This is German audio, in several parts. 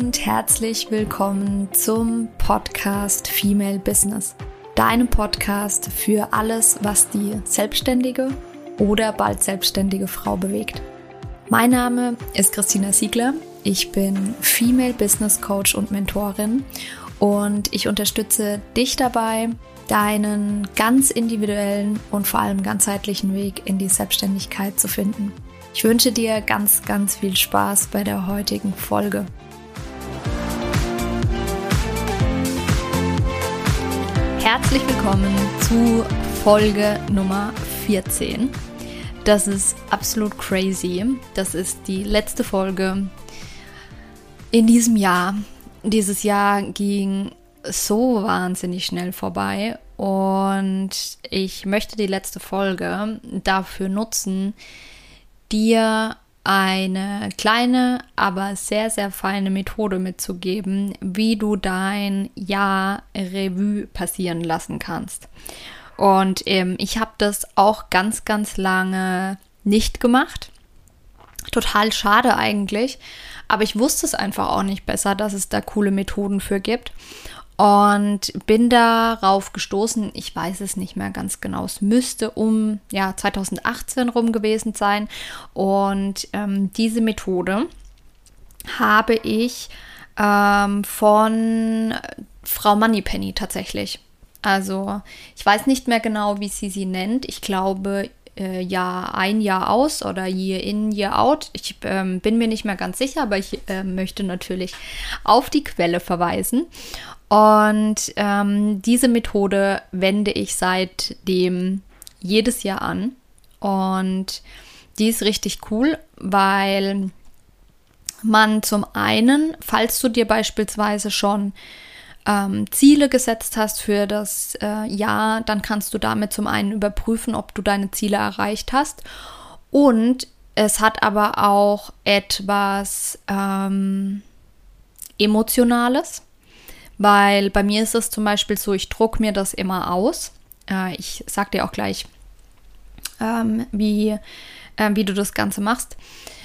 und herzlich willkommen zum Podcast Female Business, deinem Podcast für alles, was die selbstständige oder bald selbstständige Frau bewegt. Mein Name ist Christina Siegler, ich bin Female Business Coach und Mentorin und ich unterstütze dich dabei, deinen ganz individuellen und vor allem ganzheitlichen Weg in die Selbstständigkeit zu finden. Ich wünsche dir ganz, ganz viel Spaß bei der heutigen Folge. Herzlich willkommen zu Folge Nummer 14. Das ist absolut crazy. Das ist die letzte Folge in diesem Jahr. Dieses Jahr ging so wahnsinnig schnell vorbei und ich möchte die letzte Folge dafür nutzen, dir eine kleine, aber sehr, sehr feine Methode mitzugeben, wie du dein Jahr Revue passieren lassen kannst. Und ich habe das auch ganz, ganz lange nicht gemacht. Total schade eigentlich, aber ich wusste es einfach auch nicht besser, dass es da coole Methoden für gibt. Und bin darauf gestoßen, ich weiß es nicht mehr ganz genau, es müsste um 2018 rum gewesen sein. Und diese Methode habe ich von Frau Moneypenny tatsächlich. Also ich weiß nicht mehr genau, wie sie nennt. Ich glaube ein Jahr aus oder Year in, Year out. Ich bin mir nicht mehr ganz sicher, aber ich möchte natürlich auf die Quelle verweisen. Und diese Methode wende ich seitdem jedes Jahr an. Und die ist richtig cool, weil man zum einen, falls du dir beispielsweise schon Ziele gesetzt hast für das Jahr, dann kannst du damit zum einen überprüfen, ob du deine Ziele erreicht hast. Und es hat aber auch etwas Emotionales, weil bei mir ist es zum Beispiel so, ich drucke mir das immer aus. Ich sag dir auch gleich, wie du das Ganze machst.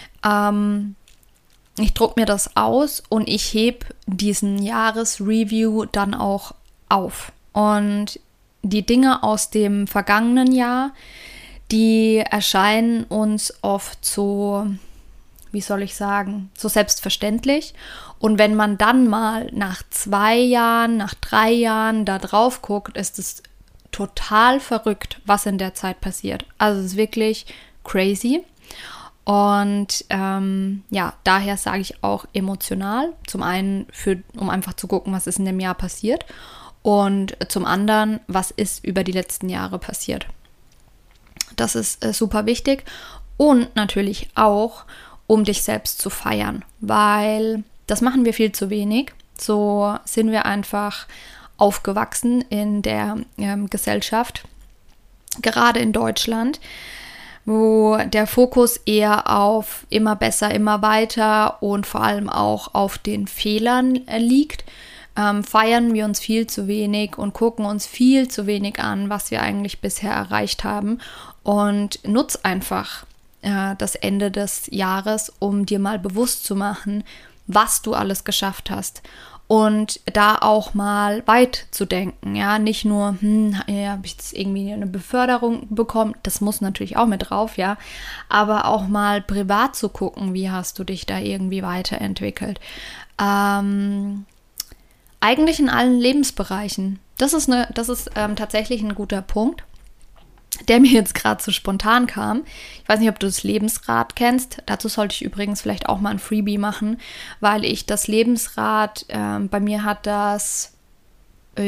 Ich drucke mir das aus und ich hebe diesen Jahresreview dann auch auf. Und die Dinge aus dem vergangenen Jahr, die erscheinen uns oft so, wie soll ich sagen, so selbstverständlich. Und wenn man dann mal nach 2 Jahren, nach 3 Jahren da drauf guckt, ist es total verrückt, was in der Zeit passiert. Also es ist wirklich crazy. Und daher sage ich auch emotional. Zum einen, um einfach zu gucken, was ist in dem Jahr passiert. Und zum anderen, was ist über die letzten Jahre passiert. Das ist super wichtig. Und natürlich auch, um dich selbst zu feiern. Weil das machen wir viel zu wenig. So sind wir einfach aufgewachsen in der Gesellschaft. Gerade in Deutschland, wo der Fokus eher auf immer besser, immer weiter und vor allem auch auf den Fehlern liegt, feiern wir uns viel zu wenig und gucken uns viel zu wenig an, was wir eigentlich bisher erreicht haben, und nutz einfach das Ende des Jahres, um dir mal bewusst zu machen, was du alles geschafft hast. Und da auch mal weit zu denken, ja, nicht nur, habe ich jetzt irgendwie eine Beförderung bekommen, das muss natürlich auch mit drauf, ja, aber auch mal privat zu gucken, wie hast du dich da irgendwie weiterentwickelt. Eigentlich in allen Lebensbereichen. Das ist tatsächlich ein guter Punkt, der mir jetzt gerade so spontan kam. Ich weiß nicht, ob du das Lebensrad kennst. Dazu sollte ich übrigens vielleicht auch mal ein Freebie machen, weil ich das Lebensrad, bei mir hat das, ich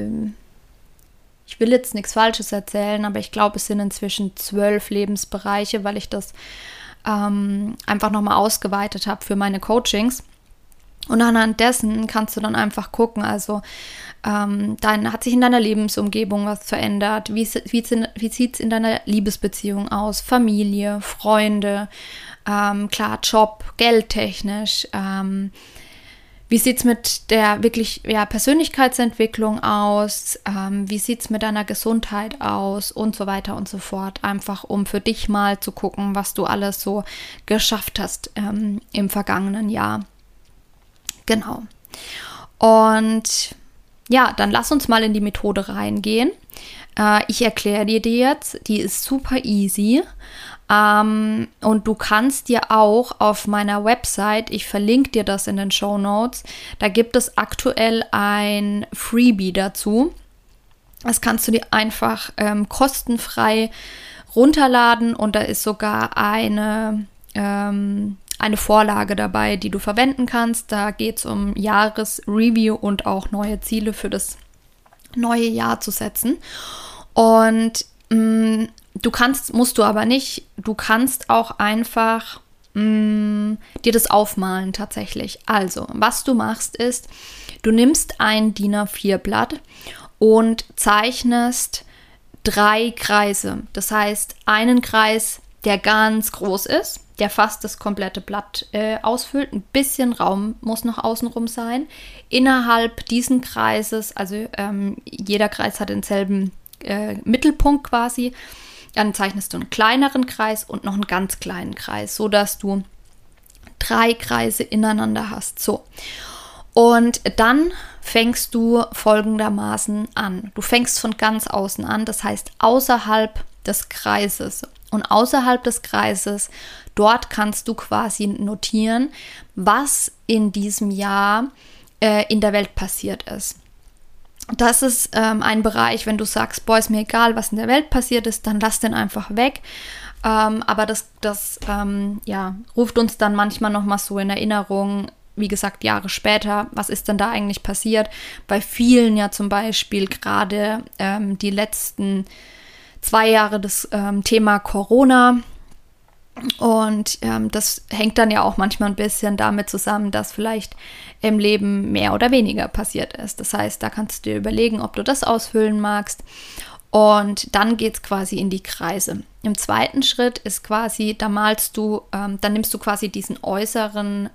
will jetzt nichts Falsches erzählen, aber ich glaube, es sind inzwischen 12 Lebensbereiche, weil ich das einfach nochmal ausgeweitet habe für meine Coachings. Und anhand dessen kannst du dann einfach gucken, also hat sich in deiner Lebensumgebung was verändert, wie sieht es in deiner Liebesbeziehung aus, Familie, Freunde, klar, Job, geldtechnisch, wie sieht es mit der wirklich Persönlichkeitsentwicklung aus, wie sieht es mit deiner Gesundheit aus und so weiter und so fort, einfach um für dich mal zu gucken, was du alles so geschafft hast im vergangenen Jahr. Genau. Und ja, dann lass uns mal in die Methode reingehen. Ich erkläre dir die jetzt. Die ist super easy. Und du kannst dir auch auf meiner Website, ich verlinke dir das in den Shownotes, da gibt es aktuell ein Freebie dazu. Das kannst du dir einfach kostenfrei runterladen und da ist sogar eine Vorlage dabei, die du verwenden kannst. Da geht es um Jahresreview und auch neue Ziele für das neue Jahr zu setzen. Und musst du aber nicht, du kannst auch einfach dir das aufmalen tatsächlich. Also, was du machst ist, du nimmst ein DIN A4-Blatt und zeichnest 3 Kreise. Das heißt, einen Kreis, der ganz groß ist, der fast das komplette Blatt ausfüllt. Ein bisschen Raum muss noch außenrum sein. Innerhalb diesen Kreises, also jeder Kreis hat denselben Mittelpunkt quasi. Dann zeichnest du einen kleineren Kreis und noch einen ganz kleinen Kreis, sodass du 3 Kreise ineinander hast. So. Und dann fängst du folgendermaßen an. Du fängst von ganz außen an, das heißt außerhalb des Kreises. Und außerhalb des Kreises, dort kannst du quasi notieren, was in diesem Jahr in der Welt passiert ist. Das ist ein Bereich, wenn du sagst, boah, ist mir egal, was in der Welt passiert ist, dann lass den einfach weg. Aber das ruft uns dann manchmal nochmal so in Erinnerung, wie gesagt, Jahre später, was ist denn da eigentlich passiert? Bei vielen ja zum Beispiel gerade die letzten 2 Jahre das Thema Corona. Und das hängt dann ja auch manchmal ein bisschen damit zusammen, dass vielleicht im Leben mehr oder weniger passiert ist. Das heißt, da kannst du dir überlegen, ob du das ausfüllen magst. Und dann geht es quasi in die Kreise. Im zweiten Schritt ist quasi, dann nimmst du quasi diesen äußeren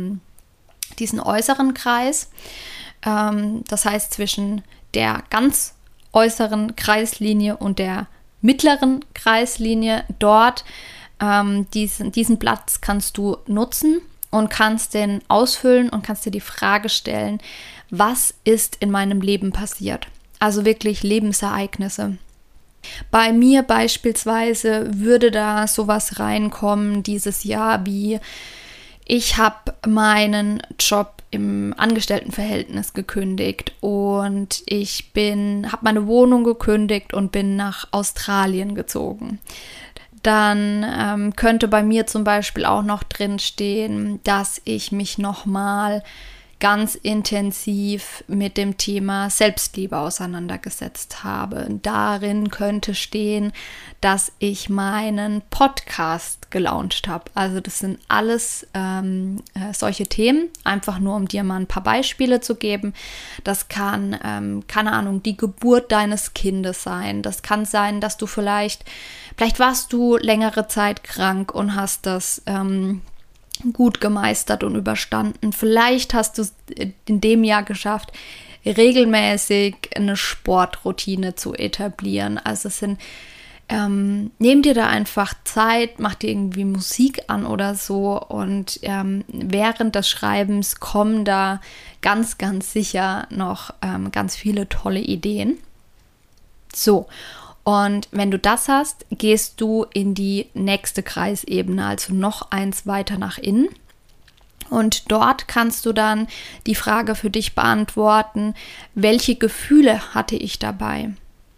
Kreis. Das heißt, zwischen der ganz äußeren Kreislinie und der mittleren Kreislinie dort diesen Platz kannst du nutzen und kannst den ausfüllen und kannst dir die Frage stellen, was ist in meinem Leben passiert? Also wirklich Lebensereignisse. Bei mir beispielsweise würde da sowas reinkommen dieses Jahr wie, ich habe meinen Job im Angestelltenverhältnis gekündigt und habe meine Wohnung gekündigt und bin nach Australien gezogen. Dann könnte bei mir zum Beispiel auch noch drinstehen, dass ich mich nochmal ganz intensiv mit dem Thema Selbstliebe auseinandergesetzt habe. Darin könnte stehen, dass ich meinen Podcast gelauncht habe. Also das sind alles solche Themen, einfach nur um dir mal ein paar Beispiele zu geben. Das kann, keine Ahnung, die Geburt deines Kindes sein. Das kann sein, dass du vielleicht warst du längere Zeit krank und hast das gut gemeistert und überstanden. Vielleicht hast du es in dem Jahr geschafft, regelmäßig eine Sportroutine zu etablieren. Also nimm dir da einfach Zeit, mach dir irgendwie Musik an oder so und während des Schreibens kommen da ganz, ganz sicher noch ganz viele tolle Ideen. So. Und wenn du das hast, gehst du in die nächste Kreisebene, also noch eins weiter nach innen. Und dort kannst du dann die Frage für dich beantworten, welche Gefühle hatte ich dabei?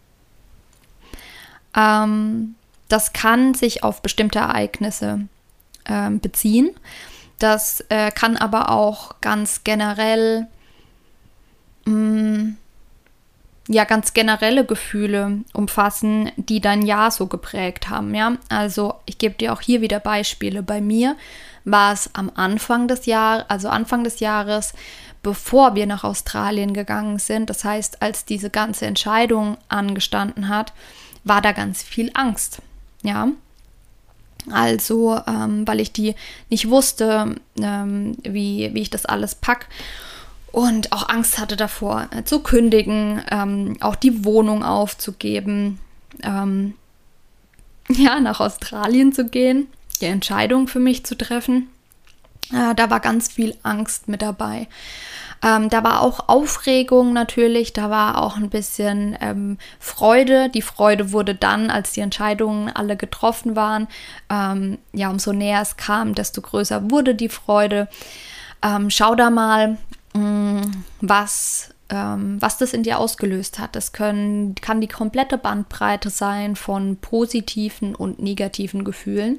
Das kann sich auf bestimmte Ereignisse beziehen. Das kann aber auch ganz generell ganz generelle Gefühle umfassen, die dein Jahr so geprägt haben, ja. Also ich gebe dir auch hier wieder Beispiele. Bei mir war es am Anfang des Jahres, bevor wir nach Australien gegangen sind, das heißt, als diese ganze Entscheidung angestanden hat, war da ganz viel Angst, ja. Also, weil ich die nicht wusste, wie ich das alles packe. Und auch Angst hatte davor, zu kündigen, auch die Wohnung aufzugeben, nach Australien zu gehen, die Entscheidung für mich zu treffen. Da war ganz viel Angst mit dabei. Da war auch Aufregung natürlich, da war auch ein bisschen Freude. Die Freude wurde dann, als die Entscheidungen alle getroffen waren, umso näher es kam, desto größer wurde die Freude. Schau da mal, was das in dir ausgelöst hat. Das kann die komplette Bandbreite sein von positiven und negativen Gefühlen.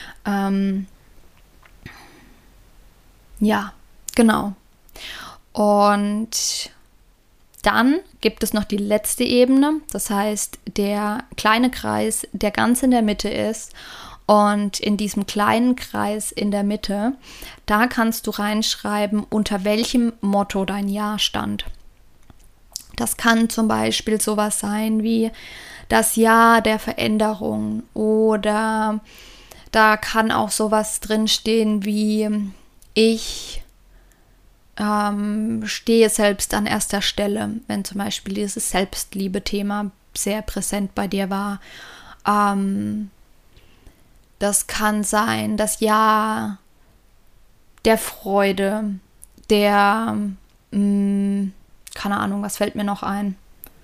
Ja, genau. Und dann gibt es noch die letzte Ebene, das heißt der kleine Kreis, der ganz in der Mitte ist. Und in diesem kleinen Kreis in der Mitte, da kannst du reinschreiben, unter welchem Motto dein Jahr stand. Das kann zum Beispiel sowas sein wie das Jahr der Veränderung, oder da kann auch sowas drinstehen wie ich stehe selbst an erster Stelle, wenn zum Beispiel dieses Selbstliebe-Thema sehr präsent bei dir war. Das kann sein das Jahr der Freude, der, keine Ahnung, was fällt mir noch ein?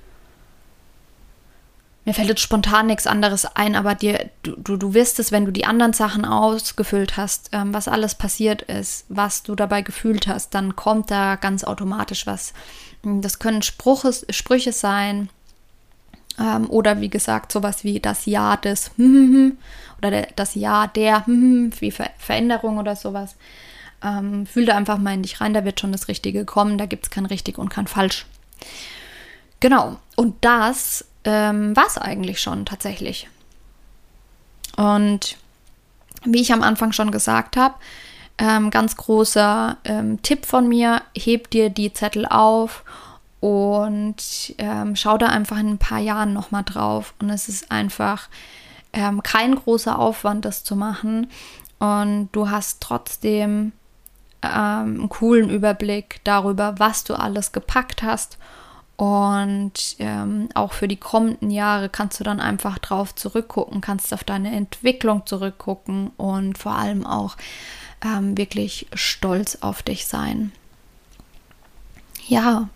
Mir fällt jetzt spontan nichts anderes ein, aber du wirst es, wenn du die anderen Sachen ausgefüllt hast, was alles passiert ist, was du dabei gefühlt hast, dann kommt da ganz automatisch was. Das können Sprüche sein, oder wie gesagt, sowas wie das Jahr des oder das Jahr der wie Veränderung oder sowas. Fühl da einfach mal in dich rein, da wird schon das Richtige kommen, da gibt es kein richtig und kein falsch. Genau, und das war es eigentlich schon tatsächlich. Und wie ich am Anfang schon gesagt habe, ganz großer Tipp von mir, heb dir die Zettel auf und schau da einfach in ein paar Jahren nochmal drauf. Und es ist einfach kein großer Aufwand, das zu machen. Und du hast trotzdem einen coolen Überblick darüber, was du alles gepackt hast. Und auch für die kommenden Jahre kannst du dann einfach drauf zurückgucken, kannst auf deine Entwicklung zurückgucken und vor allem auch wirklich stolz auf dich sein. Ja,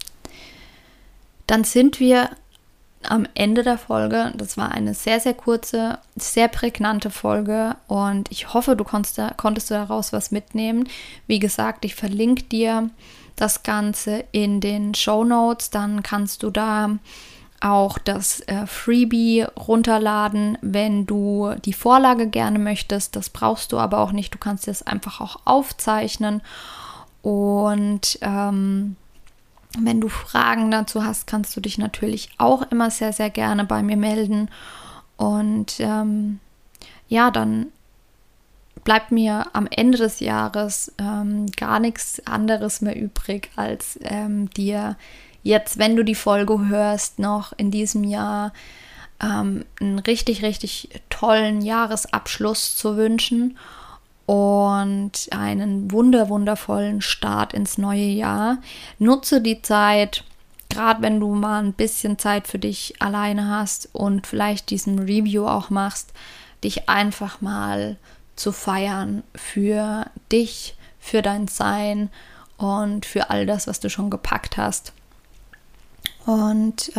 dann sind wir am Ende der Folge. Das war eine sehr, sehr kurze, sehr prägnante Folge und ich hoffe, du konntest daraus was mitnehmen. Wie gesagt, ich verlinke dir das Ganze in den Shownotes, dann kannst du da auch das Freebie runterladen, wenn du die Vorlage gerne möchtest. Das brauchst du aber auch nicht, du kannst es einfach auch aufzeichnen und wenn du Fragen dazu hast, kannst du dich natürlich auch immer sehr, sehr gerne bei mir melden und dann bleibt mir am Ende des Jahres gar nichts anderes mehr übrig, als dir jetzt, wenn du die Folge hörst, noch in diesem Jahr einen richtig, richtig tollen Jahresabschluss zu wünschen und einen wundervollen Start ins neue Jahr. Nutze die Zeit, gerade wenn du mal ein bisschen Zeit für dich alleine hast und vielleicht diesen Review auch machst, dich einfach mal zu feiern für dich, für dein Sein und für all das, was du schon gepackt hast. Und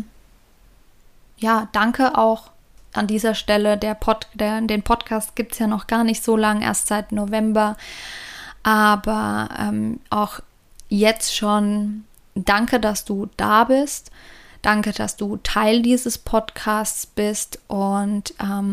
danke auch an dieser Stelle. Den Podcast gibt es ja noch gar nicht so lang, erst seit November. Aber auch jetzt schon danke, dass du da bist. Danke, dass du Teil dieses Podcasts bist und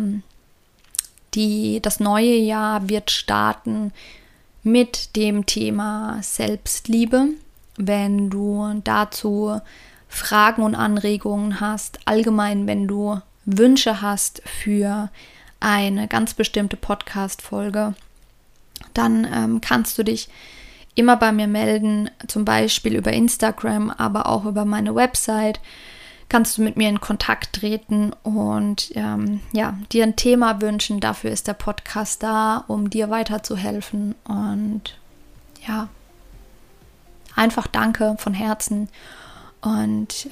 das neue Jahr wird starten mit dem Thema Selbstliebe. Wenn du dazu Fragen und Anregungen hast, allgemein, wenn du Wünsche hast für eine ganz bestimmte Podcast-Folge, dann kannst du dich immer bei mir melden, zum Beispiel über Instagram, aber auch über meine Website. Kannst du mit mir in Kontakt treten und dir ein Thema wünschen. Dafür ist der Podcast da, um dir weiterzuhelfen. Und ja, einfach danke von Herzen. Und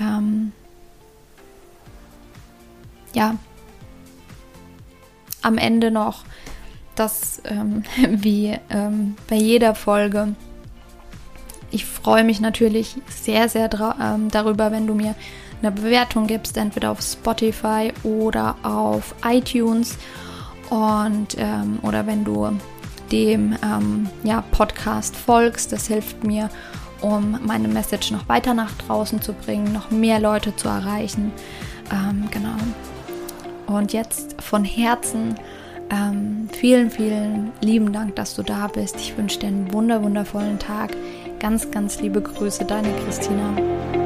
am Ende noch das wie bei jeder Folge. Ich freue mich natürlich sehr, sehr darüber, wenn du mir eine Bewertung gibst, entweder auf Spotify oder auf iTunes und oder wenn du dem Podcast folgst. Das hilft mir, um meine Message noch weiter nach draußen zu bringen, noch mehr Leute zu erreichen. Genau. Und jetzt von Herzen vielen, vielen lieben Dank, dass du da bist. Ich wünsche dir einen wundervollen Tag. Ganz, ganz liebe Grüße, deine Christina.